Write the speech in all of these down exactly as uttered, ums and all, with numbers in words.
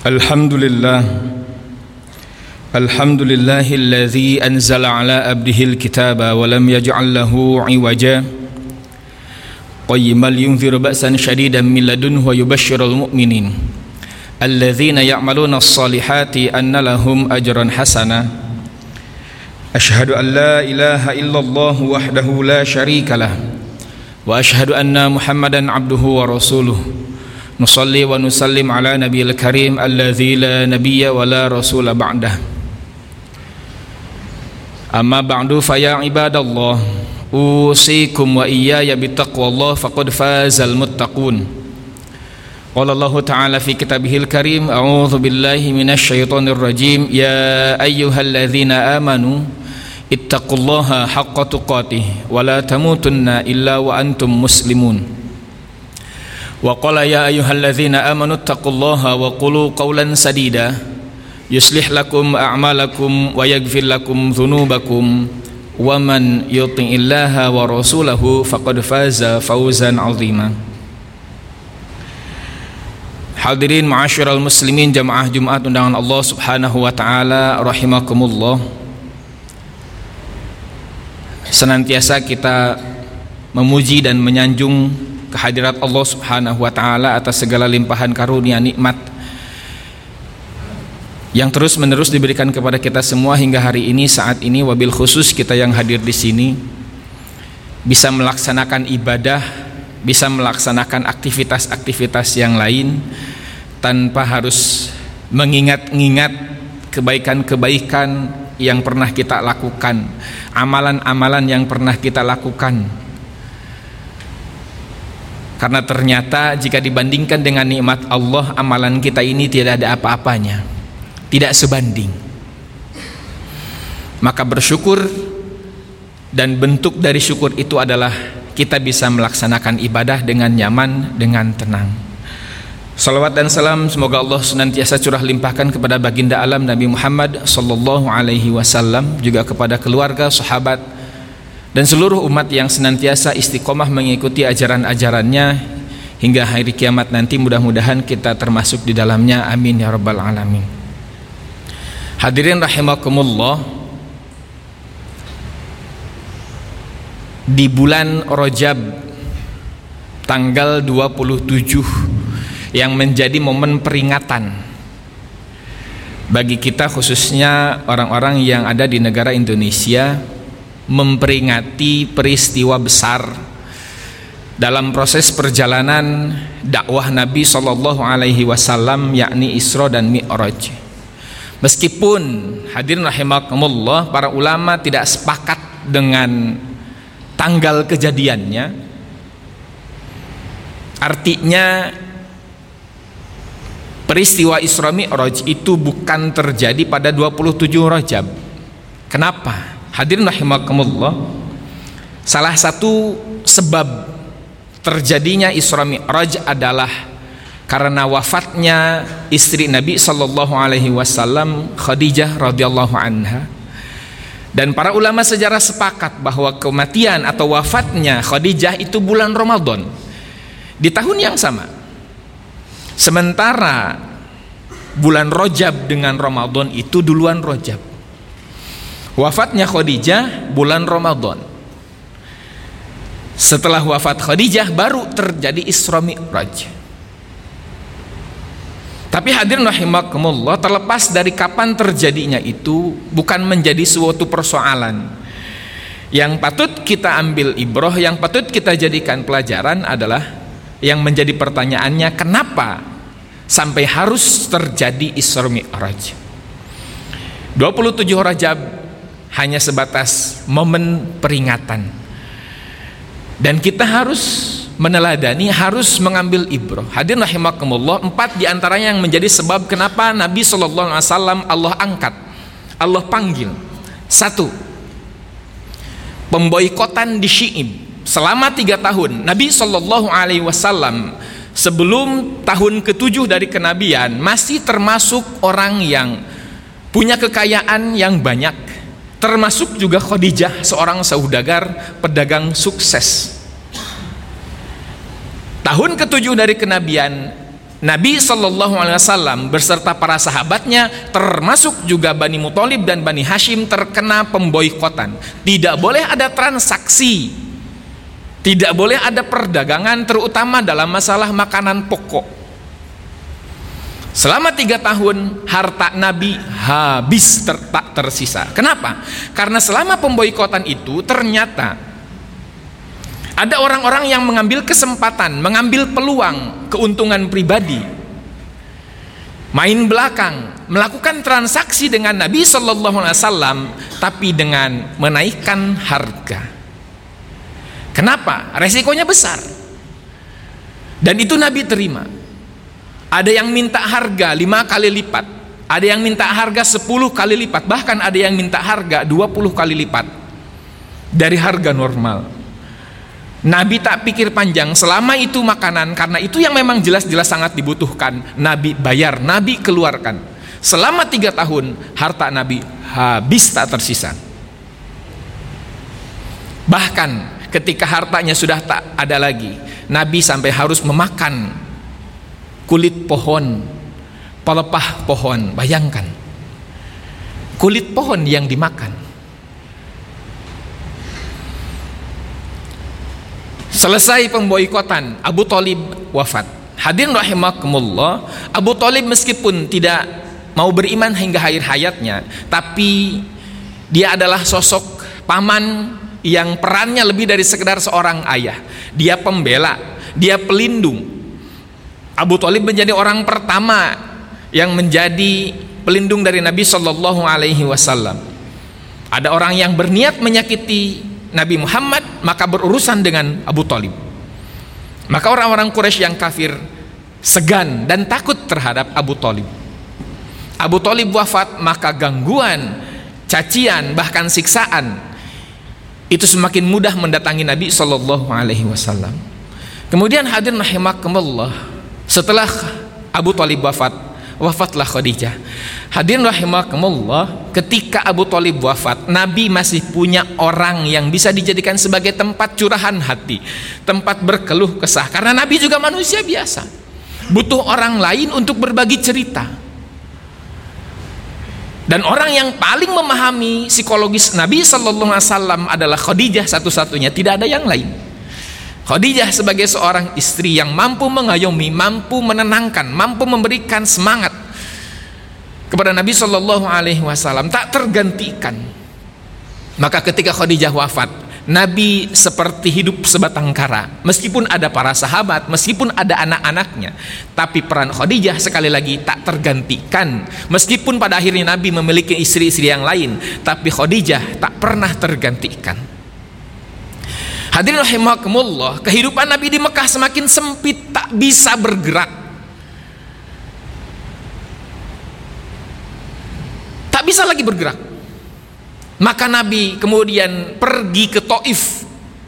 Alhamdulillah Alhamdulillahilladzi anzala ala abdihil kitaba wa lam yaj'al lahu 'iwaja qayyiman yunziru ba'san shadidan min ladunhu wa yubashshirul mu'minin alladzina ya'maluna as-salihati anna lahum ajran hasana. Ashhadu an la ilaha illallah wahdahu la syarika lah wa ashhadu anna Muhammadan 'abduhu wa rasuluh. Nusalli wa nusallim ala nabiyil karim alladzi la nabiyya wa la rasula ba'dah. Amma ba'du fa ya ibadallah usikum wa iyaya bittaqwallah faqad fazal muttaqun. Qala Allah ta'ala fi kitabihil karim a'udzu billahi minasy syaithanir rajim ya ayyuhalladzina amanu ittaqullaha haqqa tuqatih wa la tamutunna illa wa antum muslimun. Wa qala ya ayyuhalladzina amanu taqullaha wa qulu qawlan sadida yuslih lakum a'malakum wa yaghfir lakum dhunubakum wa man yuti'illaha wa rasulahu faqad faza fawzan 'azima. Hadirin ma'asyiral muslimin jamaah Jumat undangan Allah Subhanahu wa taala rahimakumullah. Senantiasa kita memuji dan menyanjung kehadirat Allah Subhanahu wa taala atas segala limpahan karunia nikmat yang terus-menerus diberikan kepada kita semua hingga hari ini, saat ini, wabil khusus kita yang hadir di sini bisa melaksanakan ibadah, bisa melaksanakan aktivitas-aktivitas yang lain tanpa harus mengingat-ingat kebaikan-kebaikan yang pernah kita lakukan, amalan-amalan yang pernah kita lakukan. Karena ternyata jika dibandingkan dengan nikmat Allah, amalan kita ini tidak ada apa-apanya, tidak sebanding. Maka bersyukur, dan bentuk dari syukur itu adalah kita bisa melaksanakan ibadah dengan nyaman, dengan tenang. Salawat dan salam semoga Allah senantiasa curah limpahkan kepada baginda alam Nabi Muhammad sallallahu alaihi wasallam, juga kepada keluarga, sahabat, dan seluruh umat yang senantiasa istiqomah mengikuti ajaran-ajarannya hingga hari kiamat nanti. Mudah-mudahan kita termasuk di dalamnya, amin ya rabbal alamin. Hadirin rahimakumullah, di bulan Rajab tanggal dua puluh tujuh yang menjadi momen peringatan bagi kita, khususnya orang-orang yang ada di negara Indonesia, memperingati peristiwa besar dalam proses perjalanan dakwah Nabi sallallahu alaihi wasallam, yakni Isra dan Mi'raj. Meskipun hadirin rahimakumullah, para ulama tidak sepakat dengan tanggal kejadiannya, artinya peristiwa Isra Mi'raj itu bukan terjadi pada dua puluh tujuh Rajab. Kenapa? Hadirin rahimakumullah, salah satu sebab terjadinya Isra Mi'raj adalah karena wafatnya istri Nabi sallallahu alaihi wasallam, Khadijah radhiyallahu anha. Dan para ulama sejarah sepakat bahwa kematian atau wafatnya Khadijah itu bulan Ramadan di tahun yang sama. Sementara bulan Rajab dengan Ramadan itu duluan Rajab. Wafatnya Khadijah bulan Ramadan. Setelah wafat Khadijah baru terjadi Isra Mi'raj. Tapi hadirin rahimakumullah, terlepas dari kapan terjadinya itu bukan menjadi suatu persoalan. Yang patut kita ambil ibrah, yang patut kita jadikan pelajaran adalah yang menjadi pertanyaannya, kenapa sampai harus terjadi Isra Mi'raj? dua puluh tujuh Rajab hanya sebatas momen peringatan, dan kita harus meneladani, harus mengambil ibrah. Hadirin rahimakumullah, empat diantaranya yang menjadi sebab kenapa Nabi sallallahu alaihi wasallam Allah angkat, Allah panggil. Satu, pemboikotan di Syi'ib selama tiga tahun. Nabi sallallahu alaihi wasallam sebelum tahun ketujuh dari kenabian masih termasuk orang yang punya kekayaan yang banyak, termasuk juga Khadijah, seorang saudagar pedagang sukses. Tahun ketujuh dari kenabian Nabi Shallallahu Alaihi Wasallam beserta para sahabatnya, termasuk juga Bani Muthalib dan Bani Hashim, terkena pemboikotan. Tidak boleh ada transaksi, tidak boleh ada perdagangan, terutama dalam masalah makanan pokok. Selama tiga tahun harta Nabi habis, ter tak tersisa. Kenapa? Karena selama pemboikotan itu ternyata ada orang-orang yang mengambil kesempatan, mengambil peluang, keuntungan pribadi, main belakang, melakukan transaksi dengan Nabi Shallallahu Alaihi Wasallam, tapi dengan menaikkan harga. Kenapa? Resikonya besar. Dan itu Nabi terima. Ada yang minta harga lima kali lipat, ada yang minta harga sepuluh kali lipat, bahkan ada yang minta harga dua puluh kali lipat dari harga normal. Nabi tak pikir panjang, selama itu makanan, karena itu yang memang jelas-jelas sangat dibutuhkan, Nabi bayar, Nabi keluarkan. Selama tiga tahun harta Nabi habis tak tersisa. Bahkan ketika hartanya sudah tak ada lagi, Nabi sampai harus memakan kulit pohon, pelepah pohon. Bayangkan, kulit pohon yang dimakan. Selesai pemboikotan, Abu Thalib wafat. Hadirin rahimakumullah, Abu Thalib meskipun tidak mau beriman hingga akhir hayatnya, tapi dia adalah sosok paman yang perannya lebih dari sekedar seorang ayah. Dia pembela, dia pelindung. Abu Thalib menjadi orang pertama yang menjadi pelindung dari Nabi Shallallahu Alaihi Wasallam. Ada orang yang berniat menyakiti Nabi Muhammad, maka berurusan dengan Abu Thalib. Maka orang-orang Quraisy yang kafir segan dan takut terhadap Abu Thalib. Abu Thalib wafat, maka gangguan, cacian, bahkan siksaan itu semakin mudah mendatangi Nabi Shallallahu Alaihi Wasallam. Kemudian hadirin rahimakumullah, setelah Abu Thalib wafat, wafatlah Khadijah. Hadirin rahimakumullah, ketika Abu Thalib wafat, Nabi masih punya orang yang bisa dijadikan sebagai tempat curahan hati, tempat berkeluh kesah, karena Nabi juga manusia biasa, butuh orang lain untuk berbagi cerita. Dan orang yang paling memahami psikologis Nabi Sallallahu Alaihi Wasallam adalah Khadijah satu-satunya, tidak ada yang lain. Khadijah sebagai seorang istri yang mampu mengayomi, mampu menenangkan, mampu memberikan semangat kepada Nabi Shallallahu Alaihi Wasallam, tak tergantikan. Maka ketika Khadijah wafat, Nabi seperti hidup sebatang kara. Meskipun ada para sahabat, meskipun ada anak-anaknya, tapi peran Khadijah sekali lagi tak tergantikan. Meskipun pada akhirnya Nabi memiliki istri-istri yang lain, tapi Khadijah tak pernah tergantikan. Hadirin rahimakumullah, kehidupan Nabi di Mekah semakin sempit, tak bisa bergerak, tak bisa lagi bergerak. Maka Nabi kemudian pergi ke Taif,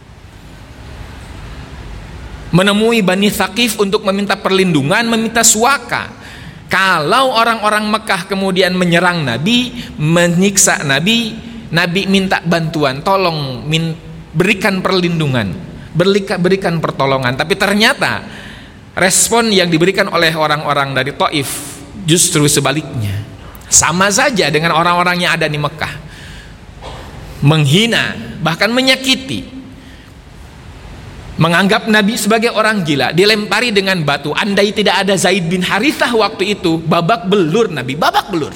menemui Bani Thaqif untuk meminta perlindungan, meminta suaka. Kalau orang-orang Mekah kemudian menyerang Nabi, menyiksa Nabi, Nabi minta bantuan, tolong min, berikan perlindungan, berikan, berikan pertolongan. Tapi ternyata respon yang diberikan oleh orang-orang dari Taif justru sebaliknya. Sama saja dengan orang-orang yang ada di Mekah, menghina, bahkan menyakiti, menganggap Nabi sebagai orang gila, dilempari dengan batu. Andai tidak ada Zaid bin Harithah waktu itu, babak belur Nabi, babak belur.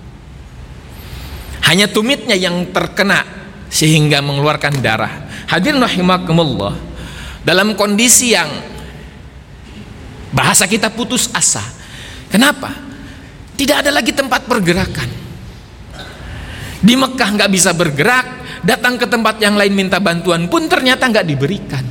Hanya tumitnya yang terkena sehingga mengeluarkan darah. Hadirin rahimakumullah, dalam kondisi yang bahasa kita putus asa. Kenapa? Tidak ada lagi tempat pergerakan. Di Mekah nggak bisa bergerak, datang ke tempat yang lain minta bantuan pun ternyata nggak diberikan.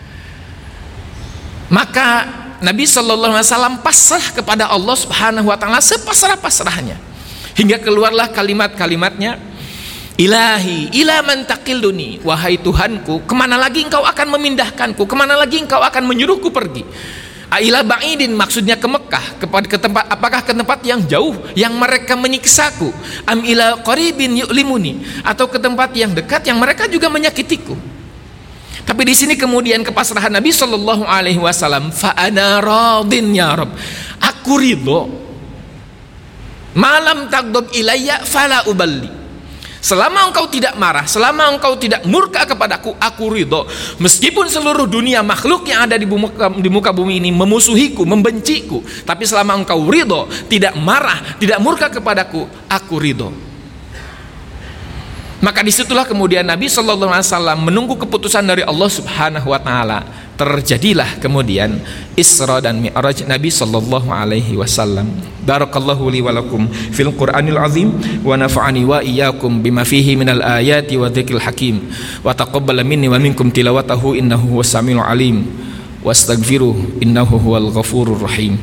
Maka Nabi Shallallahu Alaihi Wasallam pasrah kepada Allah Subhanahu Wa Taala sepasrah-pasrahnya, hingga keluarlah kalimat-kalimatnya, Ilahi, ila man taqilluni, wahai Tuhanku, kemana lagi engkau akan memindahkanku, kemana lagi engkau akan menyuruhku pergi. Aila ba'idin, maksudnya ke Mekah, kepada ke tempat, apakah ke tempat yang jauh yang mereka menyiksaku, am ila qaribin yu'limuni, atau ke tempat yang dekat yang mereka juga menyakitiku. Tapi di sini kemudian kepasrahan Nabi Shallallahu Alaihi Wasallam, fa ana radin ya Rabb, Aku ridho. Malam taghdab ilayya fala uballi. Selama engkau tidak marah, selama engkau tidak murka kepadaku, aku ridho. Meskipun seluruh dunia makhluk yang ada di muka, di muka bumi ini memusuhiku, membenciku, tapi selama engkau ridho, tidak marah, tidak murka kepadaku, aku ridho. Maka disitulah kemudian Nabi Shallallahu Alaihi Wasallam menunggu keputusan dari Allah Subhanahu Wa Taala. Terjadilah kemudian Isra dan Mi'raj Nabi Sallallahu Alaihi Wasallam. Barakallahu li wa lakum fil Qur'anil azim wa nafa'ani wa iyyakum bima fihi minal ayati wa dzikril hakim wa taqabbala minni wa minkum tilawatahu innahu huwas samiul alim wastaghfiruh innahu huwal ghafurur rahim.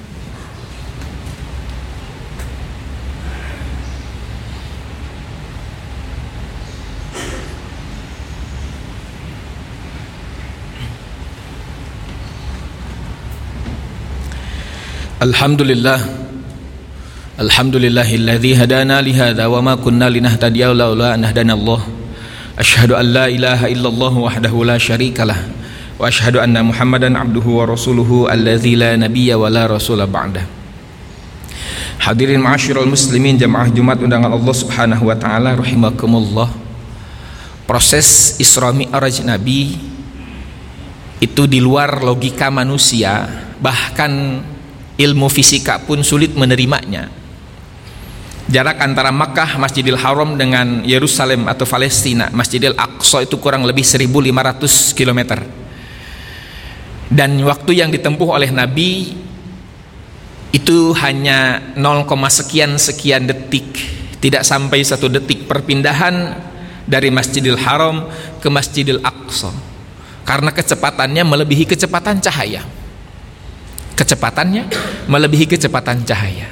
Alhamdulillah Alhamdulillahilladzi hadana lihadza wa ma kunna linahtadiya laula an hadanallah. Asyhadu an la ilaha illallah wahdahu la syarikalah wa asyhadu anna Muhammadan abduhu wa rasuluhu alladzi la nabiyya wa la rasula ba'dah. Hadirin ma'asyiral muslimin jamaah Jumat undangan Allah Subhanahu wa taala rahimakumullah. Proses Isra Mi'raj Nabi itu di luar logika manusia, bahkan ilmu fisika pun sulit menerimanya. Jarak antara Makkah Masjidil Haram dengan Yerusalem atau Palestina Masjidil Aqsa itu kurang lebih seribu lima ratus kilometer. Dan waktu yang ditempuh oleh Nabi itu hanya nol, sekian sekian detik, tidak sampai satu detik perpindahan dari Masjidil Haram ke Masjidil Aqsa, karena kecepatannya melebihi kecepatan cahaya. Kecepatannya melebihi kecepatan cahaya.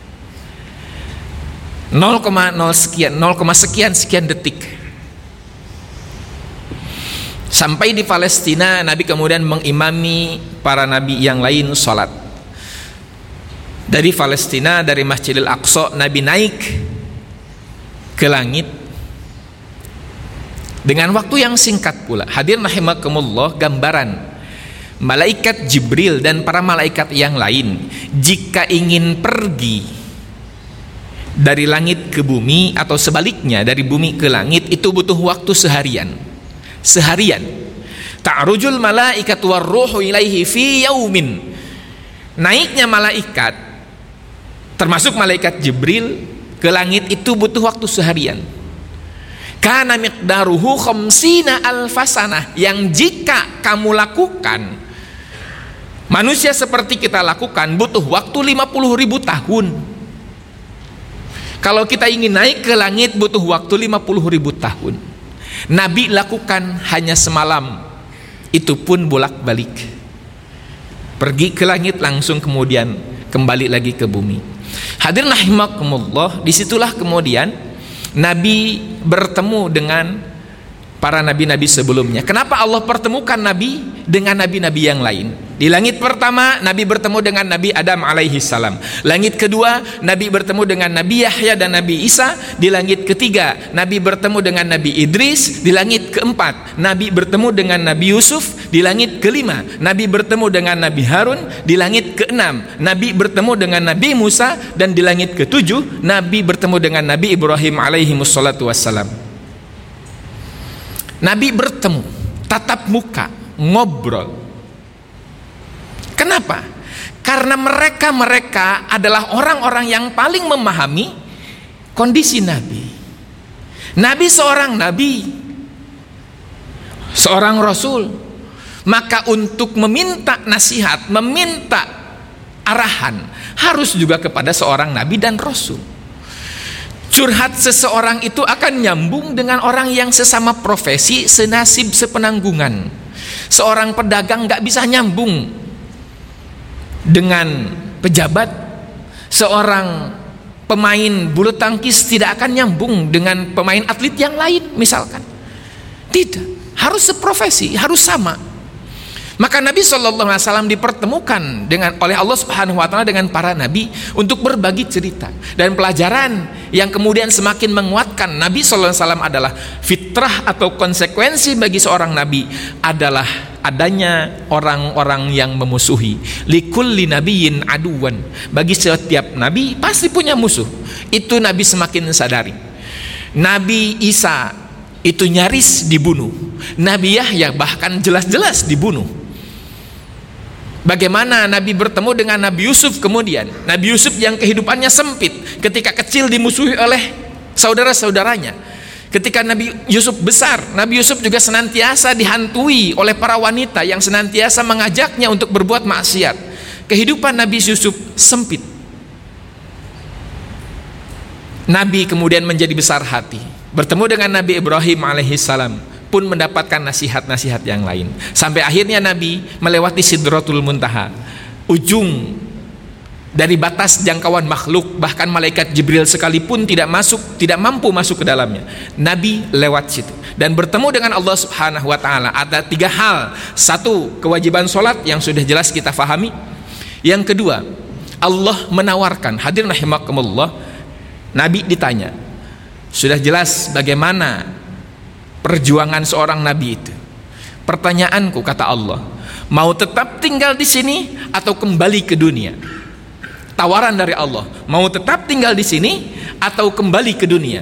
nol koma nol sekian nol, sekian sekian detik. Sampai di Palestina, Nabi kemudian mengimami para nabi yang lain sholat. Dari Palestina, dari Masjidil Aqsa, Nabi naik ke langit dengan waktu yang singkat pula. Hadirin rahimakumullah, gambaran malaikat Jibril dan para malaikat yang lain jika ingin pergi dari langit ke bumi atau sebaliknya dari bumi ke langit itu butuh waktu seharian. Seharian. Ta'rujul malaikat warruhu ilaihi fi yaumin. Naiknya malaikat termasuk malaikat Jibril ke langit itu butuh waktu seharian. Kana miqdaruhu khamsina alfasanah, yang jika kamu lakukan, manusia seperti kita lakukan, butuh waktu lima puluh ribu tahun. Kalau kita ingin naik ke langit butuh waktu lima puluh ribu tahun. Nabi lakukan hanya semalam, itu pun bolak-balik. Pergi ke langit langsung kemudian kembali lagi ke bumi. Hadirin rahimakumullah, disitulah kemudian Nabi bertemu dengan para nabi-nabi sebelumnya. Kenapa Allah pertemukan Nabi dengan nabi-nabi yang lain? Di langit pertama Nabi bertemu dengan Nabi Adam alaihi salam. Langit kedua Nabi bertemu dengan Nabi Yahya dan Nabi Isa. Di langit ketiga Nabi bertemu dengan Nabi Idris. Di langit keempat Nabi bertemu dengan Nabi Yusuf. Di langit kelima Nabi bertemu dengan Nabi Harun. Di langit keenam Nabi bertemu dengan Nabi Musa. Dan di langit ketujuh Nabi bertemu dengan Nabi Ibrahim alaihi wassalatu wassalam. Nabi bertemu, tatap muka, ngobrol. Kenapa? Karena mereka-mereka adalah orang-orang yang paling memahami kondisi Nabi. Nabi seorang Nabi, seorang Rasul. Maka untuk meminta nasihat, meminta arahan, harus juga kepada seorang Nabi dan Rasul. Curhat seseorang itu akan nyambung dengan orang yang sesama profesi, senasib, sepenanggungan. Seorang pedagang gak bisa nyambung dengan pejabat. Seorang pemain bulu tangkis tidak akan nyambung dengan pemain atlet yang lain misalkan. Tidak, harus seprofesi, harus sama. Maka Nabi shallallahu alaihi wasallam dipertemukan dengan oleh Allah Subhanahu wa taala dengan para nabi untuk berbagi cerita. Dan pelajaran yang kemudian semakin menguatkan Nabi shallallahu alaihi wasallam adalah fitrah atau konsekuensi bagi seorang nabi adalah adanya orang-orang yang memusuhi. Likulli nabiyyin aduwan, bagi setiap nabi pasti punya musuh. Itu Nabi semakin sadari. Nabi Isa itu nyaris dibunuh, Nabi Yahya bahkan jelas-jelas dibunuh. Bagaimana Nabi bertemu dengan Nabi Yusuf kemudian? Nabi Yusuf yang kehidupannya sempit, ketika kecil dimusuhi oleh saudara-saudaranya. Ketika Nabi Yusuf besar, Nabi Yusuf juga senantiasa dihantui oleh para wanita yang senantiasa mengajaknya untuk berbuat maksiat. Kehidupan Nabi Yusuf sempit. Nabi kemudian menjadi besar hati, bertemu dengan Nabi Ibrahim alaihissalam, pun mendapatkan nasihat-nasihat yang lain. Sampai akhirnya Nabi melewati Sidratul Muntaha, ujung dari batas jangkauan makhluk, bahkan malaikat Jibril sekalipun tidak masuk, tidak mampu masuk ke dalamnya. Nabi lewat situ dan bertemu dengan Allah Subhanahu wa taala. Ada tiga hal. Satu, kewajiban sholat yang sudah jelas kita fahami. Yang kedua, Allah menawarkan, hadirin rahimakumullah, Nabi ditanya, sudah jelas bagaimana perjuangan seorang nabi itu. Pertanyaanku, kata Allah, mau tetap tinggal di sini atau kembali ke dunia? Tawaran dari Allah, mau tetap tinggal di sini atau kembali ke dunia?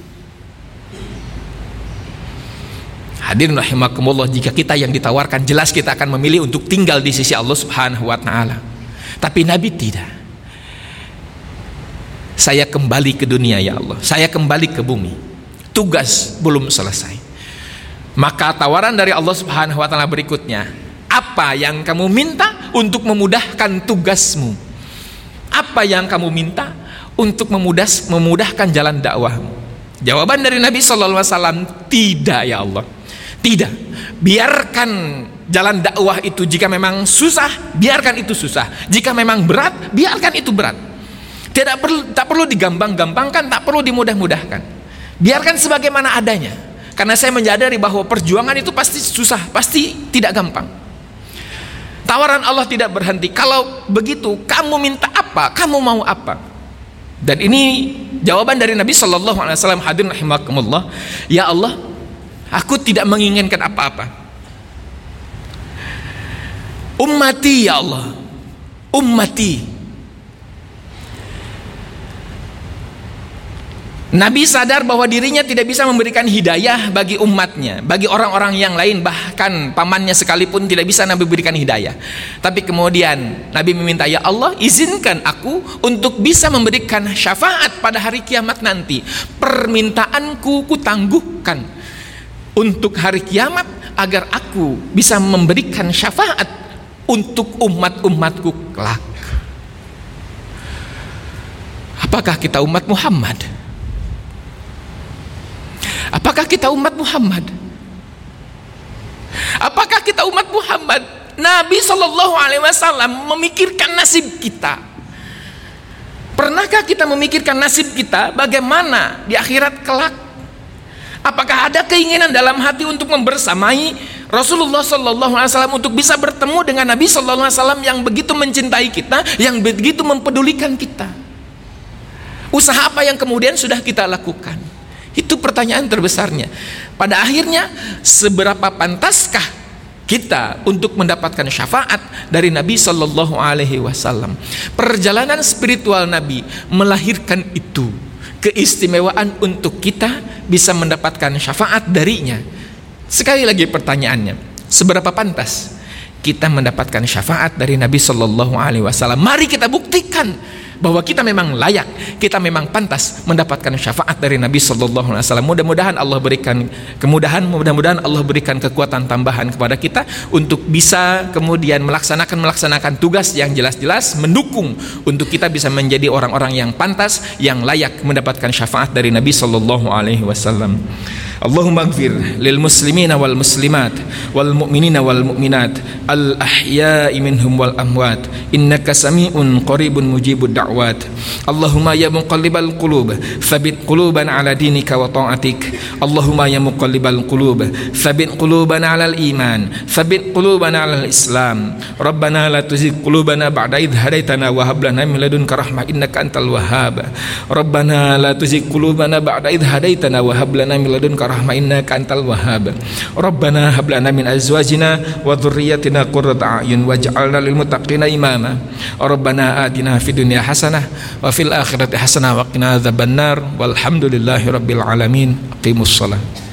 Hadirin rahimakumullah, jika kita yang ditawarkan, jelas kita akan memilih untuk tinggal di sisi Allah Subhanahu wa taala. Tapi Nabi tidak. Saya kembali ke dunia ya Allah, saya kembali ke bumi. Tugas belum selesai. Maka tawaran dari Allah Subhanahu wa taala berikutnya, apa yang kamu minta untuk memudahkan tugasmu? Apa yang kamu minta untuk memudah, memudahkan jalan dakwahmu? Jawaban dari Nabi shallallahu alaihi wasallam, tidak ya Allah, tidak. Biarkan jalan dakwah itu, jika memang susah, biarkan itu susah. Jika memang berat, biarkan itu berat. Tidak perlu, tak perlu digampang-gampangkan, tak perlu dimudah-mudahkan. Biarkan sebagaimana adanya. Karena saya menyadari bahwa perjuangan itu pasti susah, pasti tidak gampang. Tawaran Allah tidak berhenti. Kalau begitu, kamu minta apa? Kamu mau apa? Dan ini jawaban dari Nabi Shallallahu Alaihi Wasallam. Hadirin rahimakumullah, ya Allah, aku tidak menginginkan apa-apa. Ummati ya Allah, ummati. Nabi sadar bahwa dirinya tidak bisa memberikan hidayah bagi umatnya, bagi orang-orang yang lain, bahkan pamannya sekalipun tidak bisa Nabi berikan hidayah. Tapi kemudian Nabi meminta, ya Allah, izinkan aku untuk bisa memberikan syafaat pada hari kiamat nanti. Permintaanku kutangguhkan untuk hari kiamat agar aku bisa memberikan syafaat untuk umat-umatku kelak. Apakah kita umat Muhammad? Apakah kita umat Muhammad? Apakah kita umat Muhammad? Nabi Shallallahu Alaihi Wasallam memikirkan nasib kita. Pernahkah kita memikirkan nasib kita? Bagaimana di akhirat kelak? Apakah ada keinginan dalam hati untuk membersamai Rasulullah Shallallahu Alaihi Wasallam, untuk bisa bertemu dengan Nabi Shallallahu Alaihi Wasallam yang begitu mencintai kita, yang begitu mempedulikan kita? Usaha apa yang kemudian sudah kita lakukan? Itu pertanyaan terbesarnya. Pada akhirnya, seberapa pantaskah kita untuk mendapatkan syafaat dari Nabi Sallallahu Alaihi Wasallam? Perjalanan spiritual Nabi melahirkan itu, keistimewaan untuk kita bisa mendapatkan syafaat darinya. Sekali lagi pertanyaannya, seberapa pantas kita mendapatkan syafaat dari Nabi Sallallahu Alaihi Wasallam? Mari kita buktikan bahwa kita memang layak, kita memang pantas mendapatkan syafaat dari Nabi Sallallahu Alaihi Wasallam. Mudah-mudahan Allah berikan kemudahan, mudah-mudahan Allah berikan kekuatan tambahan kepada kita untuk bisa kemudian melaksanakan melaksanakan tugas yang jelas-jelas mendukung untuk kita bisa menjadi orang-orang yang pantas, yang layak mendapatkan syafaat dari Nabi Sallallahu Alaihi Wasallam. Allahumma ighfir lil muslimina wal muslimat wal mu'minina wal mu'minat al ahya'i minhum wal amwat innaka sami'un qaribun mujibud da'wat. Allahumma ya muqallibal qulub thabbit qulubana ala dinika wa ta'atik. Allahumma ya muqallibal qulub thabbit qulubana ala al iman thabbit qulubana ala al islam. Rabbana la tuzigh qulubana ba'da idh hadaitana wa hab lana min ladunka rahmah innaka antal wahhab. Rabbana la tuzigh qulubana ba'da idh hadaitana wa hab lana min ladunka narzuka rahmah innaka antal wahhab. Rabbana hab lana min azwajina wa dhurriyyatina qurrata a'yun waj'alna lil muttaqina imama. Rabbana atina fid dunya hasanah wa fil akhirati hasanah wa qina adzabannar. Walhamdulillahi rabbil alamin. Aqimus shalah.